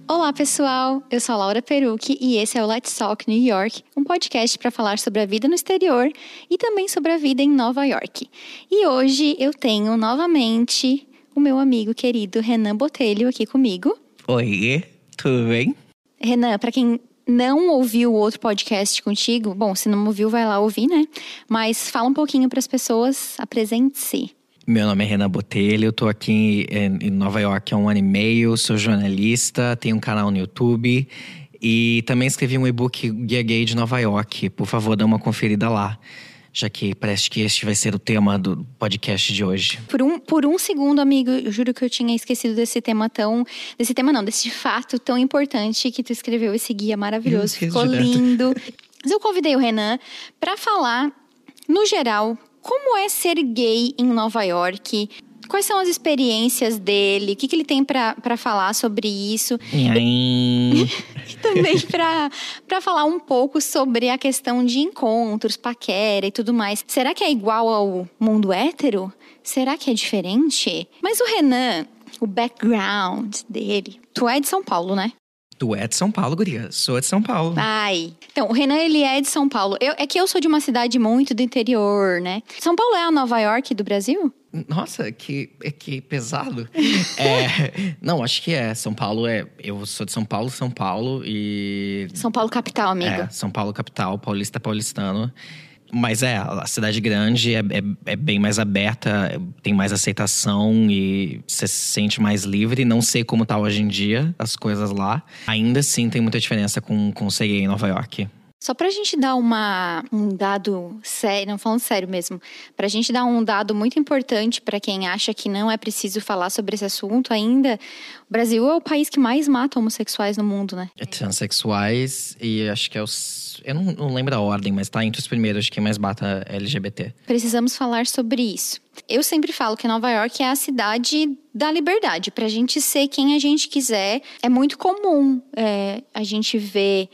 Olá, pessoal! Eu sou a Laura Perucchi e esse é o Let's Talk New York, um podcast para falar sobre a vida no exterior e também sobre a vida em Nova York. E hoje eu tenho novamente o meu amigo querido Renan Botelho aqui comigo. Oi, tudo bem? Renan, para quem não ouviu o outro podcast contigo, bom, se não ouviu, vai lá ouvir, né? Mas fala um pouquinho para as pessoas, apresente-se. Meu nome é Renan Botelho, eu tô aqui em Nova York há 1 ano e meio, sou jornalista, tenho um canal no YouTube e também escrevi um e-book Guia Gay de Nova York. Por favor, dá uma conferida lá, já que parece que este vai ser o tema do podcast de hoje. Por um segundo, amigo, eu juro que eu tinha esquecido desse fato tão importante que tu escreveu esse guia maravilhoso, ficou lindo. Mas eu convidei o Renan para falar, no geral, como é ser gay em Nova York? Quais são as experiências dele? O que ele tem para falar sobre isso? E também para falar um pouco sobre a questão de encontros, paquera e tudo mais. Será que é igual ao mundo hétero? Será que é diferente? Mas o Renan, o background dele… Tu é de São Paulo, né? Tu é de São Paulo, guria. Sou de São Paulo. Ai. Então, o Renan, ele é de São Paulo. É que eu sou de uma cidade muito do interior, né? São Paulo é a Nova York do Brasil? Nossa, que pesado. Não, acho que é. São Paulo é… Eu sou de São Paulo e… São Paulo capital, amigo. São Paulo capital, paulistano. Mas a cidade grande é bem mais aberta, tem mais aceitação e você se sente mais livre. Não sei como tá hoje em dia as coisas lá. Ainda assim tem muita diferença com ser gay em Nova York. Só pra gente dar um dado sério, não falando sério mesmo, pra gente dar um dado muito importante pra quem acha que não é preciso falar sobre esse assunto ainda, o Brasil é o país que mais mata homossexuais no mundo, né? Transexuais e acho que é os… Eu não lembro a ordem, mas tá entre os primeiros de quem mais mata LGBT. Precisamos falar sobre isso. Eu sempre falo que Nova York é a cidade da liberdade. Pra gente ser quem a gente quiser, é muito comum a gente ver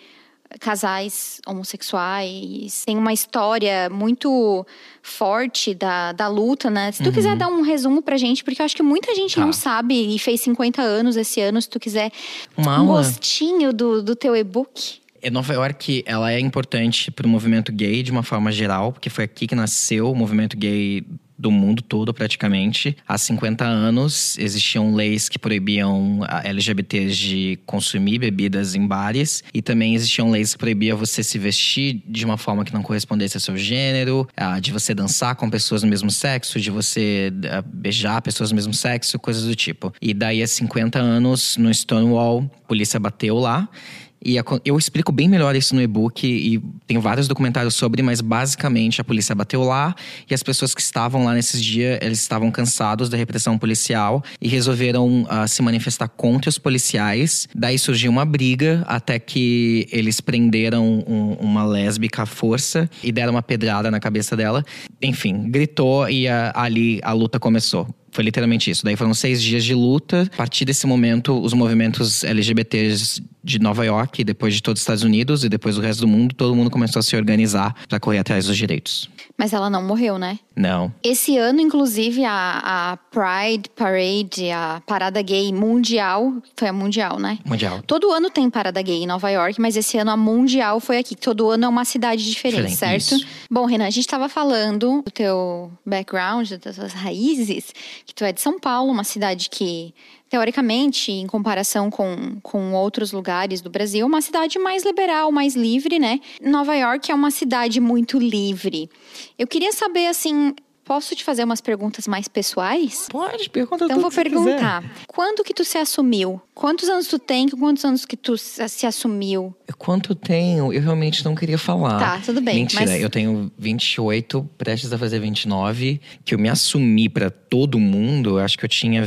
casais homossexuais. Tem uma história muito forte da luta, né? Se tu quiser dar um resumo pra gente, porque eu acho que muita gente não sabe e fez 50 anos esse ano, se tu quiser um gostinho do teu e-book. Nova York, ela é importante pro movimento gay de uma forma geral, porque foi aqui que nasceu o movimento gay do mundo todo, praticamente. Há 50 anos, existiam leis que proibiam LGBTs de consumir bebidas em bares. E também existiam leis que proibiam você se vestir de uma forma que não correspondesse ao seu gênero, de você dançar com pessoas do mesmo sexo, de você beijar pessoas do mesmo sexo, coisas do tipo. E daí, há 50 anos, no Stonewall, a polícia bateu lá. E eu explico bem melhor isso no e-book e tem vários documentários sobre, mas basicamente a polícia bateu lá e as pessoas que estavam lá nesses dias, eles estavam cansados da repressão policial e resolveram se manifestar contra os policiais. Daí surgiu uma briga até que eles prenderam uma lésbica à força e deram uma pedrada na cabeça dela. Enfim, gritou e ali a luta começou. Foi literalmente isso. Daí foram 6 dias de luta. A partir desse momento, os movimentos LGBTs de Nova York, depois de todos os Estados Unidos e depois do resto do mundo, todo mundo começou a se organizar para correr atrás dos direitos. Mas ela não morreu, né? Não. Esse ano, inclusive, a Pride Parade, a parada gay mundial, foi a mundial, né? Mundial. Todo ano tem parada gay em Nova York, mas esse ano a mundial foi aqui. Todo ano é uma cidade diferente, certo? Isso. Bom, Renan, a gente estava falando do teu background, das tuas raízes, que tu é de São Paulo, uma cidade que… teoricamente, em comparação com outros lugares do Brasil, é uma cidade mais liberal, mais livre, né? Nova York é uma cidade muito livre. Eu queria saber, assim… Posso te fazer umas perguntas mais pessoais? Pode, pergunta então tudo vou que você perguntar. quiser. Quando que tu se assumiu? Quantos anos tu tem? Quantos anos que tu se assumiu? Quanto tenho? Eu realmente não queria falar. Tá, tudo bem. Mentira, eu tenho 28, prestes a fazer 29. Que eu me assumi pra todo mundo, eu acho que eu tinha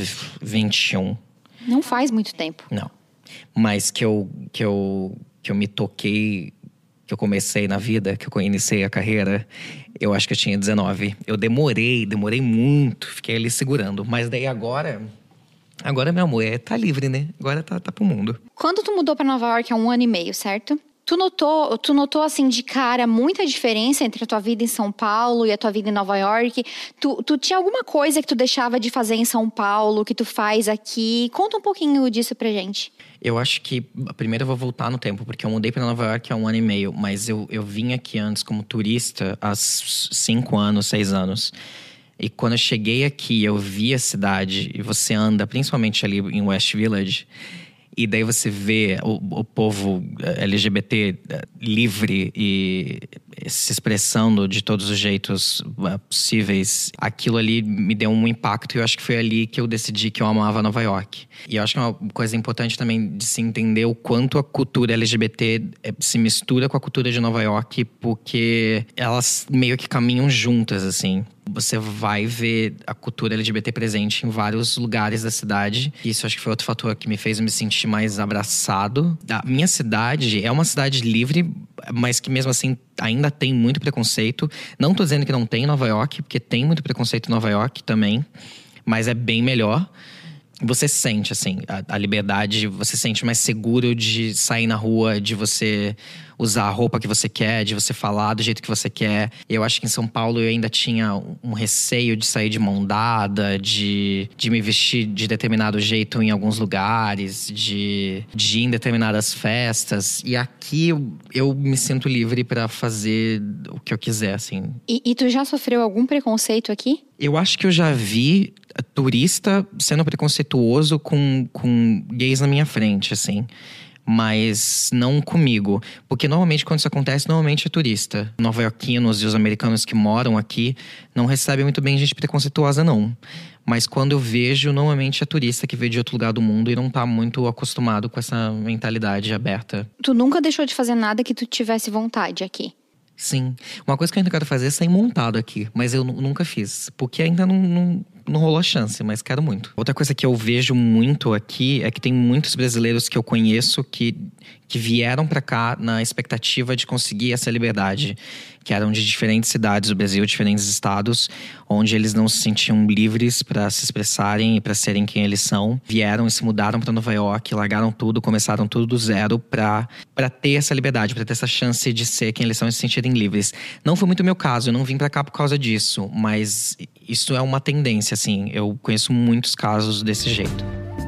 21. Não faz muito tempo. Não. Mas que eu me toquei, que eu comecei na vida, que eu iniciei a carreira, eu acho que eu tinha 19. Eu demorei muito, fiquei ali segurando. Mas daí agora, meu amor, tá livre, né? Agora tá pro mundo. Quando tu mudou pra Nova York há 1 ano e meio, certo? Tu notou, assim, de cara, muita diferença entre a tua vida em São Paulo e a tua vida em Nova York? Tu tinha alguma coisa que tu deixava de fazer em São Paulo, que tu faz aqui? Conta um pouquinho disso pra gente. Eu acho que, primeiro eu vou voltar no tempo, porque eu mudei para Nova York há 1 ano e meio. Mas eu vim aqui antes como turista há 5 anos, 6 anos. E quando eu cheguei aqui, eu vi a cidade. E você anda, principalmente ali em West Village. E daí você vê o povo LGBT livre e se expressando de todos os jeitos possíveis. Aquilo ali me deu um impacto e eu acho que foi ali que eu decidi que eu amava Nova York. E eu acho que é uma coisa importante também de se entender o quanto a cultura LGBT se mistura com a cultura de Nova York, porque elas meio que caminham juntas, assim. Você vai ver a cultura LGBT presente em vários lugares da cidade. Isso acho que foi outro fator que me fez me sentir mais abraçado. A minha cidade é uma cidade livre, mas que mesmo assim ainda tem muito preconceito. Não tô dizendo que não tem em Nova York, porque tem muito preconceito em Nova York também. Mas é bem melhor. Você sente, assim, a liberdade, você sente mais seguro de sair na rua, de você usar a roupa que você quer, de você falar do jeito que você quer. Eu acho que em São Paulo eu ainda tinha um receio de sair de mão dada, de me vestir de determinado jeito em alguns lugares, de ir em determinadas festas. E aqui eu me sinto livre pra fazer o que eu quiser, assim. E tu já sofreu algum preconceito aqui? Eu acho que eu já vi turista sendo preconceituoso com gays na minha frente, assim. Mas não comigo. Porque normalmente quando isso acontece, normalmente é turista. Nova-iorquinos e os americanos que moram aqui não recebem muito bem gente preconceituosa, não. Mas quando eu vejo, normalmente é turista que veio de outro lugar do mundo e não tá muito acostumado com essa mentalidade aberta. Tu nunca deixou de fazer nada que tu tivesse vontade aqui? Sim. Uma coisa que eu ainda quero fazer é sair montado aqui. Mas eu nunca fiz. Porque ainda não rolou a chance, mas quero muito. Outra coisa que eu vejo muito aqui é que tem muitos brasileiros que eu conheço que vieram pra cá na expectativa de conseguir essa liberdade. Que eram de diferentes cidades do Brasil, diferentes estados, onde eles não se sentiam livres pra se expressarem e pra serem quem eles são. Vieram e se mudaram pra Nova York, largaram tudo, começaram tudo do zero pra ter essa liberdade, pra ter essa chance de ser quem eles são e se sentirem livres. Não foi muito o meu caso, eu não vim pra cá por causa disso, mas isso é uma tendência, assim. Eu conheço muitos casos desse jeito.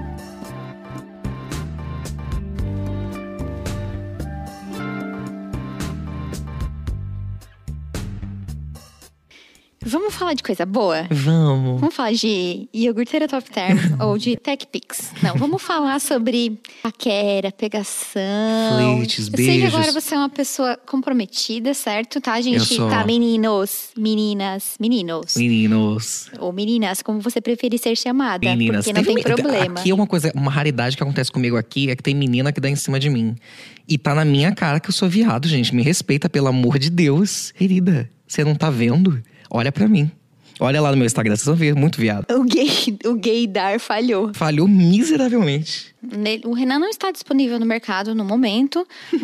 Vamos falar de coisa boa? Vamos. Vamos falar de iogurteira top term ou de TechPix. Não, vamos falar sobre paquera, pegação. Flites, Eu sei que beijos. agora você é uma pessoa comprometida, certo? Tá, gente? Eu sou. Tá, meninos, meninas, meninos. Meninos. Ou meninas, como você preferir ser chamada. Meninas. Porque não tem problema. Aqui é uma raridade que acontece comigo aqui, é que tem menina que dá em cima de mim. E tá na minha cara que eu sou viado, gente. Me respeita, pelo amor de Deus. Querida, você não tá vendo? Olha pra mim. Olha lá no meu Instagram, vocês vão ver, muito viado. O gaydar falhou. Falhou miseravelmente. O Renan não está disponível no mercado no momento,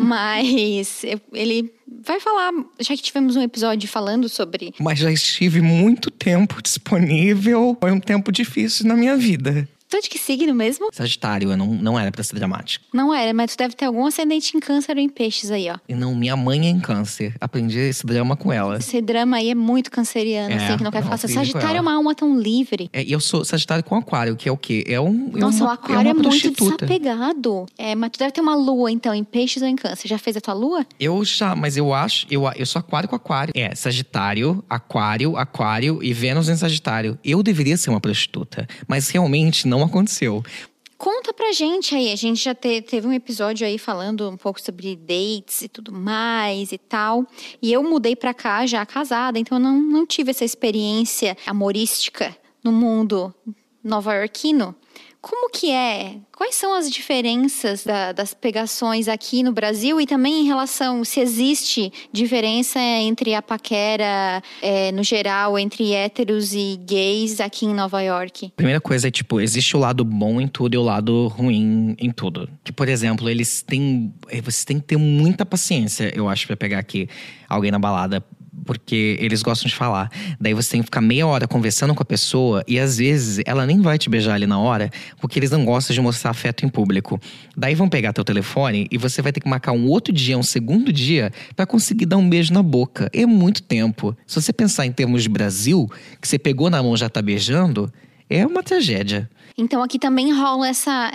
mas ele vai falar, já que tivemos um episódio falando sobre... Mas já estive muito tempo disponível. Foi um tempo difícil na minha vida. Tu é de que signo mesmo? Sagitário, eu não era pra ser dramático. Não era, mas tu deve ter algum ascendente em câncer ou em peixes aí, ó. E não, minha mãe é em câncer. Aprendi esse drama com ela. Esse drama aí é muito canceriano, assim, que não quer falar. Sagitário é uma alma tão livre. E eu sou Sagitário com aquário, que é o quê? Nossa, o aquário é muito prostituta. desapegado. Mas tu deve ter uma lua, então, em peixes ou em câncer. Já fez a tua lua? Mas eu acho, eu sou aquário com aquário. Sagitário, aquário e Vênus em Sagitário. Eu deveria ser uma prostituta, mas realmente não aconteceu. Conta pra gente aí, a gente já teve um episódio aí falando um pouco sobre dates e tudo mais e tal. E eu mudei pra cá já casada, então eu não tive essa experiência amorística no mundo nova-iorquino. Como que é? Quais são as diferenças das pegações aqui no Brasil e também em relação, se existe diferença entre a paquera, no geral, entre héteros e gays aqui em Nova York? Primeira coisa é, existe o lado bom em tudo e o lado ruim em tudo. Que, por exemplo, você tem que ter muita paciência, eu acho, pra pegar aqui alguém na balada. porque eles gostam de falar. Daí você tem que ficar meia hora conversando com a pessoa e às vezes ela nem vai te beijar ali na hora, porque eles não gostam de mostrar afeto em público. Daí vão pegar teu telefone e você vai ter que marcar um outro dia, um segundo dia, pra conseguir dar um beijo na boca. É muito tempo. Se você pensar em termos de Brasil, que você pegou na mão e já tá beijando, é uma tragédia. Então aqui também rola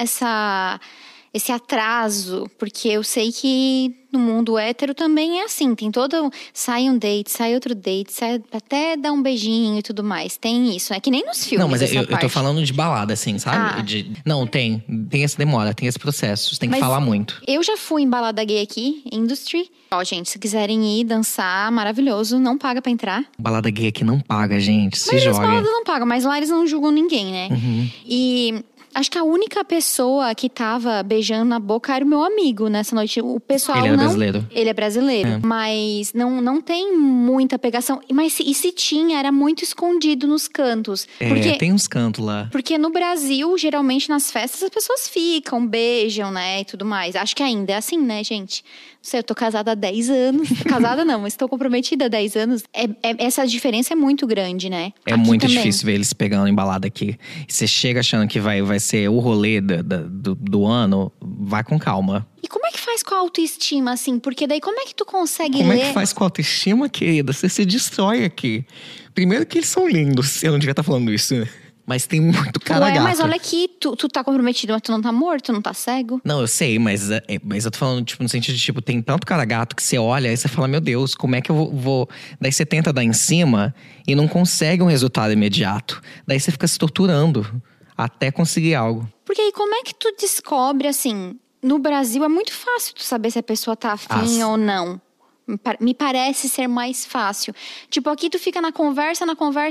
esse atraso, porque eu sei que no mundo hétero também é assim, tem todo, sai um date, sai outro date, sai até dar um beijinho e tudo mais, tem isso, é que nem nos filmes. Não, mas eu parte. tô falando de balada, assim, sabe? Não, tem essa demora, tem esse processo, você tem que falar muito. Eu já fui em balada gay aqui, Industry. Ó, gente, se quiserem ir dançar, maravilhoso, não paga pra entrar. Balada gay aqui não paga, gente, se mas joga. Mas as baladas não pagam, mas lá eles não julgam ninguém, né? E acho que a única pessoa que tava beijando na boca era o meu amigo nessa noite. O pessoal Ele era brasileiro. Ele é brasileiro. Mas não tem muita pegação. Mas se tinha, era muito escondido nos cantos. Porque, tem uns cantos lá. Porque no Brasil, geralmente nas festas, as pessoas ficam, beijam, né? E tudo mais. Acho que ainda é assim, né, gente? Não sei, eu tô casada há 10 anos. Casada não, mas tô comprometida há 10 anos. Essa diferença é muito grande, né? É aqui muito difícil ver eles pegando em balada aqui. E você chega achando que vai ser o rolê do ano, vai com calma. E como é que faz com a autoestima, assim? Porque daí como é que tu consegue Como ler? Como é que faz com a autoestima, querida? Você se destrói aqui. Primeiro que eles são lindos. Eu não devia estar falando isso. Mas tem muito cara gato. Mas olha aqui, tu tá comprometido, mas tu não tá morto, tu não tá cego? Não, eu sei, mas eu tô falando, tipo, no sentido de, tipo, tem tanto cara gato que você olha e você fala, meu Deus, como é que eu vou... Daí você tenta dar em cima e não consegue um resultado imediato. Daí você fica se torturando até conseguir algo. Porque aí como é que tu descobre, assim... No Brasil é muito fácil tu saber se a pessoa tá afim ou não. Me parece ser mais fácil. Tipo, aqui tu fica na conversa...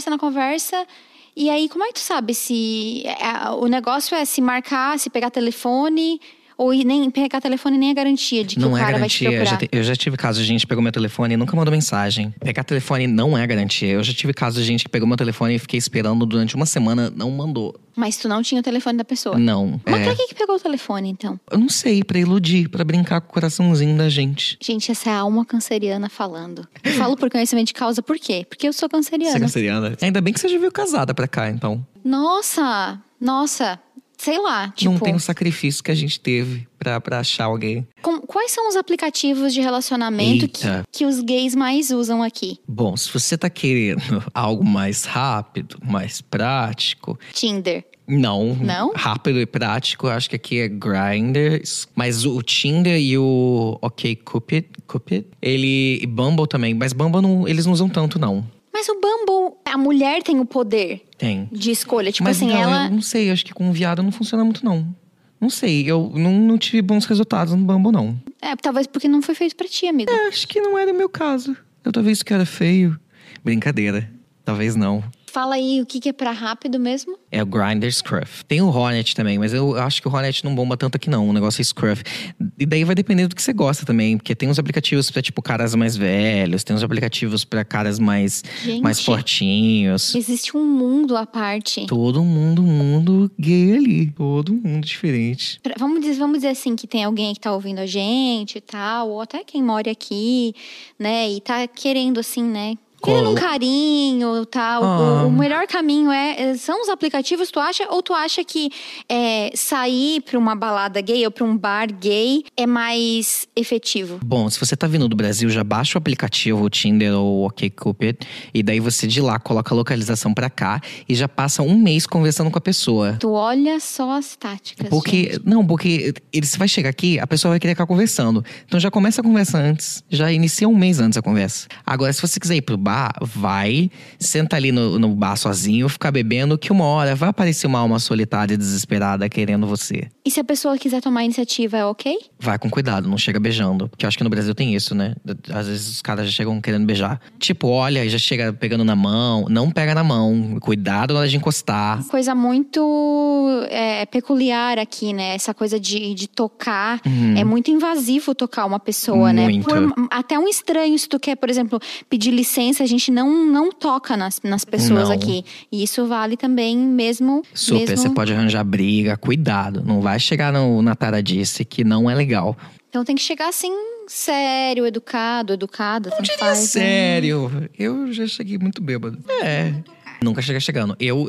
E aí, como é que tu sabe se... o negócio é se marcar, se pegar telefone... Ou nem pegar telefone nem é garantia de que o cara vai te procurar. Eu já tive casos de gente que pegou meu telefone e nunca mandou mensagem. Pegar telefone não é garantia. Eu já tive casos de gente que pegou meu telefone e fiquei esperando durante uma semana, não mandou. Mas tu não tinha o telefone da pessoa? Não. Mas pra que pegou o telefone, então? Eu não sei, pra iludir, pra brincar com o coraçãozinho da gente. Gente, essa é a alma canceriana falando. Eu falo por conhecimento de causa, por quê? Porque eu sou canceriana. Você é canceriana? Ainda bem que você já veio casada pra cá, então. Nossa! Sei lá, tipo... Não tem o sacrifício que a gente teve pra achar alguém. Quais são os aplicativos de relacionamento que os gays mais usam aqui? Bom, se você tá querendo algo mais rápido, mais prático... Tinder. Não? Rápido e prático, acho que aqui é Grindr. Mas o Tinder e o OkCupid, e Bumble também. Mas Bumble eles não usam tanto, não. Mas o Bumble, a mulher tem o poder de escolha. Tipo assim, ela... Eu não sei, acho que com um viado não funciona muito, não. Não sei, eu não tive bons resultados no Bumble, não. Talvez porque não foi feito pra ti, amigo. Acho que não era o meu caso. Eu talvez que era feio. Brincadeira, talvez não. Fala aí, o que é pra rápido mesmo? É o Grindr Scruff. Tem o Hornet também, mas eu acho que o Hornet não bomba tanto aqui não. O negócio é Scruff. E daí vai depender do que você gosta também. Porque tem uns aplicativos pra, tipo, caras mais velhos. Tem uns aplicativos pra caras mais fortinhos. Existe um mundo à parte. Todo mundo gay ali. Todo mundo diferente. Vamos dizer assim, que tem alguém que tá ouvindo a gente e tal. Ou até quem mora aqui, né? E tá querendo, assim, né? Querendo um carinho e tal. O melhor caminho são os aplicativos, tu acha? Ou tu acha que sair pra uma balada gay ou pra um bar gay é mais efetivo? Bom, se você tá vindo do Brasil, já baixa o aplicativo, o Tinder ou o OkCupid. E daí você de lá coloca a localização pra cá e já passa um mês conversando com a pessoa. Tu olha só as táticas, porque você vai chegar aqui, a pessoa vai querer ficar conversando. Então já começa a conversa antes, já inicia um mês antes a conversa. Agora, se você quiser ir pro bar, vai, senta ali no bar sozinho, ficar bebendo, que uma hora vai aparecer uma alma solitária e desesperada querendo você. E se a pessoa quiser tomar a iniciativa, é ok? Vai com cuidado, não chega beijando. Porque eu acho que no Brasil tem isso, né? Às vezes os caras já chegam querendo beijar. Tipo, olha, e já chega pegando na mão. Não pega na mão. Cuidado na hora de encostar. Coisa muito peculiar aqui, né? Essa coisa de tocar. É muito invasivo tocar uma pessoa, né? Até um estranho, se tu quer, por exemplo, pedir licença, a gente não toca nas pessoas aqui. E isso vale também mesmo... Super, você pode arranjar briga. Cuidado, não vai chegar na taradice que não é legal. Então tem que chegar assim, sério, educada, tanto diria faz. sério. Eu já cheguei muito bêbado. Nunca cheguei chegando. Eu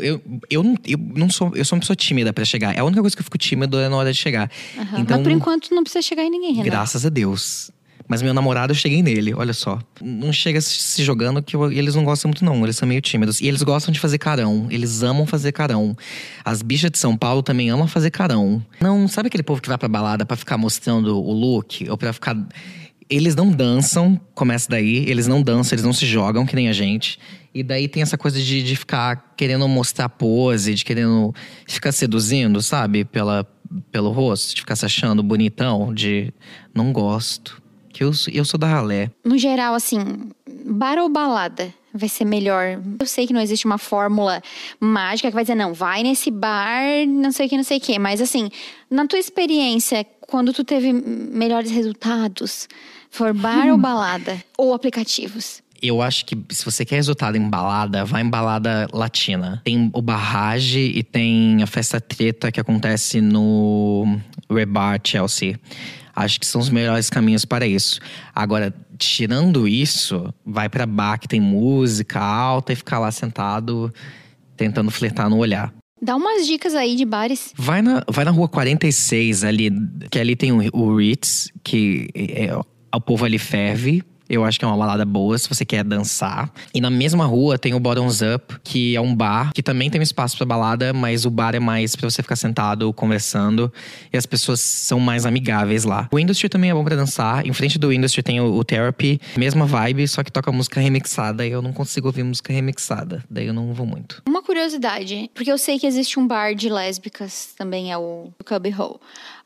sou uma pessoa tímida pra chegar. A única coisa que eu fico tímido é na hora de chegar. Então, mas por enquanto não precisa chegar em ninguém, Renan. Graças a Deus. Mas meu namorado, eu cheguei nele, olha só. Não chega se jogando, que eles não gostam muito não. Eles são meio tímidos. E eles gostam de fazer carão. Eles amam fazer carão. As bichas de São Paulo também amam fazer carão. Não, sabe aquele povo que vai pra balada pra ficar mostrando o look? Ou pra ficar… Eles não dançam, começa daí. Eles não dançam, eles não se jogam, que nem a gente. E daí tem essa coisa de ficar querendo mostrar pose, de querendo ficar seduzindo, sabe? Pelo rosto, de ficar se achando bonitão, de… Não gosto. Que eu sou da ralé. No geral, assim, bar ou balada vai ser melhor? Eu sei que não existe uma fórmula mágica que vai dizer, não, vai nesse bar, não sei o que. Mas assim, na tua experiência, quando tu teve melhores resultados, for bar ou balada? Ou aplicativos? Eu acho que se você quer resultado em balada, vai em balada latina. Tem o Barrage e tem a Festa Treta que acontece no Rebar Chelsea. Acho que são os melhores caminhos para isso. Agora, tirando isso, vai pra bar que tem música alta e ficar lá sentado, tentando flertar no olhar. Dá umas dicas aí de bares. Vai na rua 46 ali, que ali tem o Ritz, que o povo ali ferve. Eu acho que é uma balada boa se você quer dançar. E na mesma rua tem o Bottoms Up, que é um bar que também tem um espaço pra balada, mas o bar é mais pra você ficar sentado, conversando. E as pessoas são mais amigáveis lá. O Industry também é bom pra dançar. Em frente do Industry tem o Therapy. Mesma vibe, só que toca música remixada. E eu não consigo ouvir música remixada. Daí eu não vou muito. Uma curiosidade, porque eu sei que existe um bar de lésbicas, também é o Cubby Hole.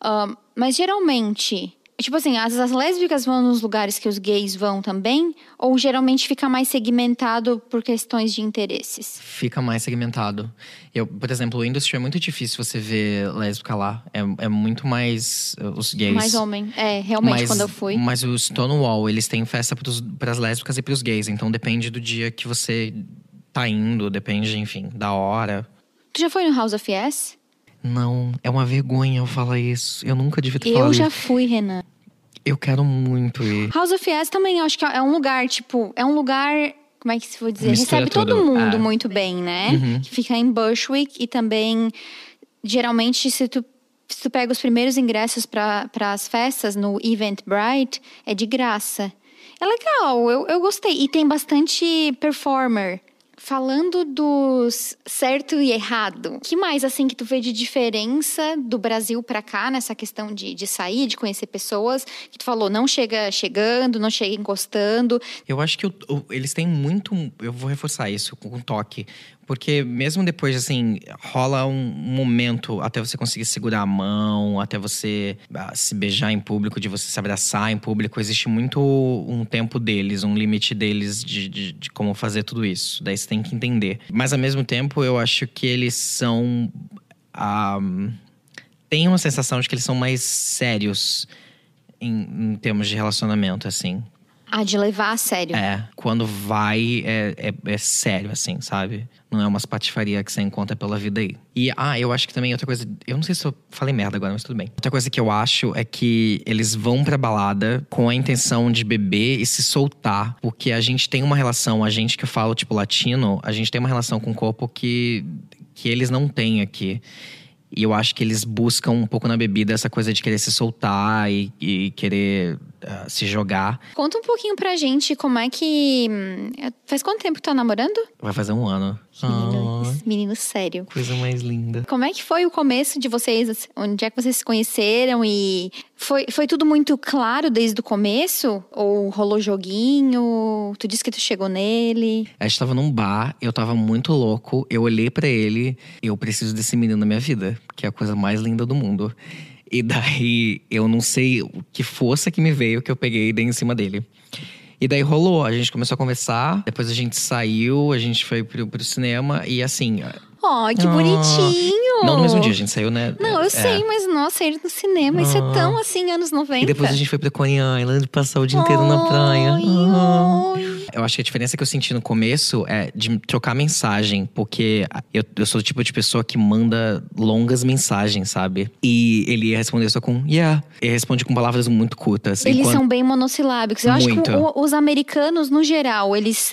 Mas geralmente… Tipo assim, as lésbicas vão nos lugares que os gays vão também? Ou geralmente fica mais segmentado por questões de interesses? Fica mais segmentado. Por exemplo, o Industry é muito difícil você ver lésbica lá. É muito mais os gays. Mais homem. Realmente, quando eu fui. Mas o Stonewall, eles têm festa pras lésbicas e pros gays. Então depende do dia que você tá indo. Depende, enfim, da hora. Tu já foi no House of Yes? Não, é uma vergonha eu falar isso. Eu nunca devia ter falado isso. Eu já fui, Renan. Eu quero muito ir. House of Yes também, eu acho que é um lugar, tipo… É um lugar… Como é que se for dizer? Mistura Recebe todo tudo. mundo muito bem, né? Uhum. Que fica em Bushwick. E também, geralmente, se tu pega os primeiros ingressos para as festas no Eventbrite, é de graça. É legal, eu gostei. E tem bastante performer. Falando dos certo e errado, o que mais, assim, que tu vê de diferença do Brasil pra cá, nessa questão de sair, de conhecer pessoas? Que tu falou, não chega chegando, não chega encostando. Eu acho que eles têm muito… Eu vou reforçar isso com um toque. Porque mesmo depois, assim, rola um momento até você conseguir segurar a mão, até você se beijar em público, de você se abraçar em público. Existe muito um tempo deles, um limite deles de como fazer tudo isso. Daí você tem que entender. Mas, ao mesmo tempo, eu acho que eles são… tem uma sensação de que eles são mais sérios em termos de relacionamento, assim. De levar a sério. Quando vai, é sério, assim, sabe? Não é umas patifaria que você encontra pela vida aí. E, eu acho que também outra coisa… Eu não sei se eu falei merda agora, mas tudo bem. Outra coisa que eu acho é que eles vão pra balada com a intenção de beber e se soltar. Porque a gente tem uma relação, a gente que eu falo, tipo, latino, a gente tem uma relação com o corpo que eles não têm aqui. E eu acho que eles buscam um pouco na bebida essa coisa de querer se soltar e querer se jogar. Conta um pouquinho pra gente como é que… Faz quanto tempo que tu tá namorando? Vai fazer 1 ano. Menino sério. Coisa mais linda. Como é que foi o começo de vocês? Onde é que vocês se conheceram? E foi tudo muito claro desde o começo? Ou rolou joguinho? Tu disse que tu chegou nele? A gente tava num bar, eu tava muito louco. Eu olhei pra ele, eu preciso desse menino na minha vida. Que é a coisa mais linda do mundo. E daí, eu não sei que força que me veio que eu peguei e dei em cima dele. E daí rolou, a gente começou a conversar. Depois a gente saiu, a gente foi pro cinema. E assim… Que bonitinho! Não no mesmo dia, a gente saiu, né? Não, eu sei, mas nossa, ir no cinema, isso é tão assim, anos 90. E depois a gente foi pra Coney Island, passar o dia inteiro na praia. Eu acho que a diferença que eu senti no começo é de trocar mensagem. Porque eu sou o tipo de pessoa que manda longas mensagens, sabe? E ele ia responder só com yeah. Ele responde com palavras muito curtas. Eles são bem monossilábicos. Eu acho que os americanos, no geral, eles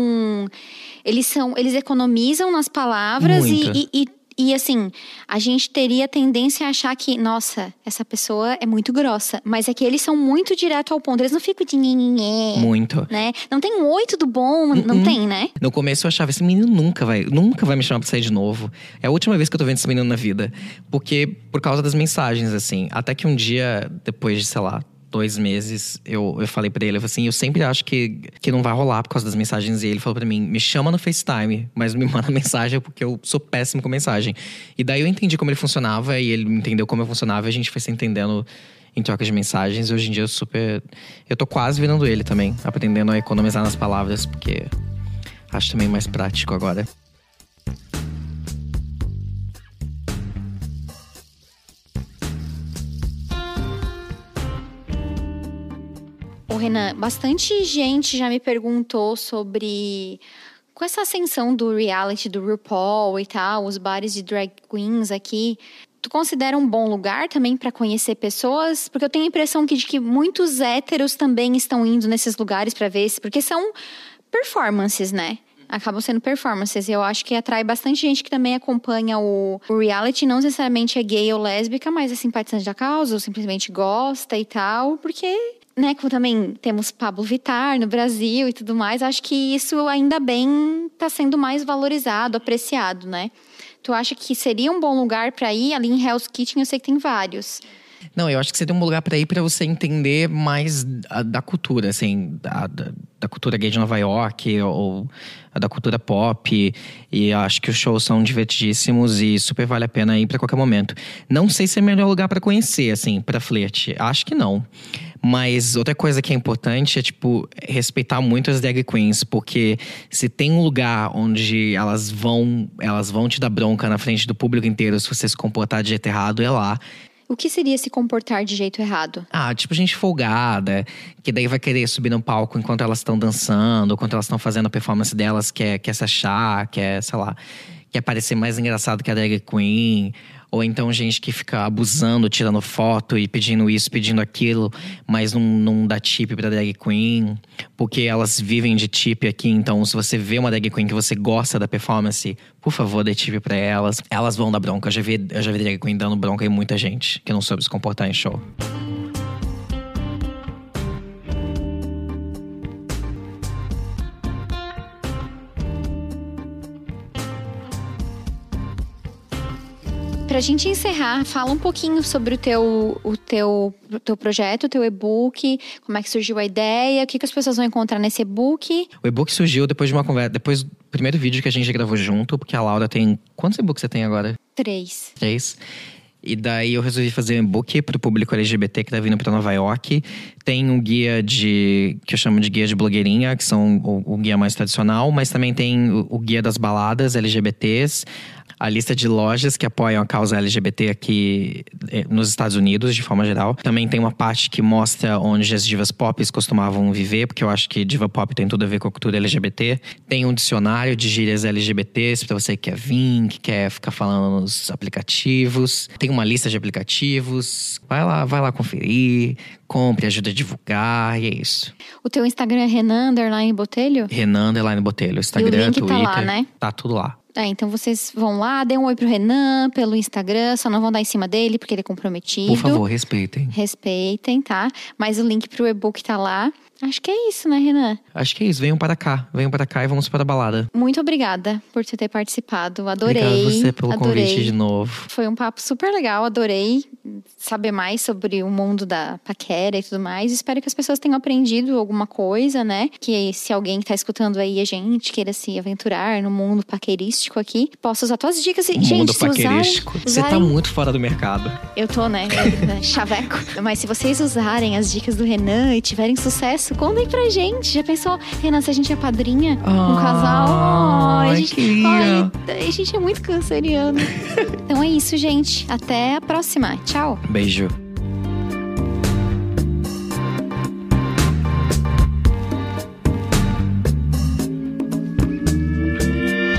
economizam nas palavras e assim, a gente teria tendência a achar que, nossa, essa pessoa é muito grossa. Mas é que eles são muito direto ao ponto. Eles não ficam de nhenhenhé. Muito. Né? Não tem um oi, tudo bom? Não tem, né? No começo eu achava, esse menino nunca vai me chamar pra sair de novo. É a última vez que eu tô vendo esse menino na vida. Por causa das mensagens, assim. Até que um dia, depois de, sei lá, 2 meses, eu falei pra ele, eu falei assim, eu sempre acho que não vai rolar por causa das mensagens. E ele falou pra mim, me chama no FaceTime, mas me manda mensagem porque eu sou péssimo com mensagem. E daí eu entendi como ele funcionava e ele entendeu como eu funcionava e a gente foi se entendendo em troca de mensagens. E hoje em dia eu tô quase virando ele também, aprendendo a economizar nas palavras, porque acho também mais prático agora. Renan, bastante gente já me perguntou sobre, com essa ascensão do reality do RuPaul e tal, os bares de drag queens aqui, tu considera um bom lugar também para conhecer pessoas? Porque eu tenho a impressão de que muitos héteros também estão indo nesses lugares para ver, porque são performances, né? Acabam sendo performances. E eu acho que atrai bastante gente que também acompanha o reality. Não necessariamente é gay ou lésbica, mas é simpatizante da causa, ou simplesmente gosta e tal. Porque, né, como também temos Pablo Vittar no Brasil e tudo mais, acho que isso ainda bem tá sendo mais valorizado, apreciado, né? Tu acha que seria um bom lugar para ir? Ali em Hell's Kitchen eu sei que tem vários. Não, eu acho que seria um lugar pra ir pra você entender mais da cultura, assim, da cultura gay de Nova York, ou da cultura pop. E acho que os shows são divertidíssimos e super vale a pena ir pra qualquer momento. Não sei se é o melhor lugar pra conhecer, assim, pra flerte. Acho que não. Mas outra coisa que é importante é, tipo, respeitar muito as drag queens. Porque se tem um lugar onde elas vão te dar bronca na frente do público inteiro se você se comportar de jeito errado, é lá. O que seria se comportar de jeito errado? Tipo gente folgada, que daí vai querer subir no palco enquanto elas estão dançando, enquanto elas estão fazendo a performance delas, quer se achar, sei lá, quer parecer mais engraçado que a drag queen. Ou então gente que fica abusando, tirando foto e pedindo isso, pedindo aquilo, mas não dá tip pra drag queen. Porque elas vivem de tip aqui, então se você vê uma drag queen que você gosta da performance, por favor, dê tip pra elas. Elas vão dar bronca. Eu já vi drag queen dando bronca em muita gente que não soube se comportar em show. Pra gente encerrar, fala um pouquinho sobre o teu projeto, o teu e-book, como é que surgiu a ideia, o que as pessoas vão encontrar nesse e-book. O e-book surgiu depois de uma conversa, depois do primeiro vídeo que a gente gravou junto, porque a Laura tem… Quantos e-books você tem agora? 3. E daí eu resolvi fazer um e-book pro público LGBT que tá vindo pra Nova York. Tem um guia que eu chamo de guia de blogueirinha, que são o guia mais tradicional, mas também tem o guia das baladas LGBTs, a lista de lojas que apoiam a causa LGBT aqui nos Estados Unidos, de forma geral. Também tem uma parte que mostra onde as divas pop costumavam viver, porque eu acho que diva pop tem tudo a ver com a cultura LGBT. Tem um dicionário de gírias LGBTs pra você que quer vir, que quer ficar falando nos aplicativos. Tem uma lista de aplicativos. Vai lá conferir, compre, ajuda a divulgar, e é isso. O teu Instagram é Renan_Botelho? Renan_Botelho. Instagram, e o link Twitter. tá lá, né? Tá tudo lá. Então vocês vão lá, dêem um oi pro Renan pelo Instagram, só não vão dar em cima dele porque ele é comprometido. Por favor, respeitem. Respeitem, tá? Mas o link pro e-book tá lá. Acho que é isso, né, Renan? Acho que é isso. Venham para cá e vamos para a balada. Muito obrigada por você ter participado. Adorei. Obrigado você pelo convite de novo. Foi um papo super legal. Adorei saber mais sobre o mundo da paquera e tudo mais. Espero que as pessoas tenham aprendido alguma coisa, né? Que se alguém que tá escutando aí a gente queira se aventurar no mundo paquerístico aqui, possa usar tuas dicas. Gente, mundo paquerístico. Você tá muito fora do mercado. Eu tô, né? Chaveco. Mas se vocês usarem as dicas do Renan e tiverem sucesso, contem pra gente. Já pensou, Renan, se a gente é padrinha? Um casal? A gente é muito canceriano. Então é isso, gente. Até a próxima. Tchau. Beijo.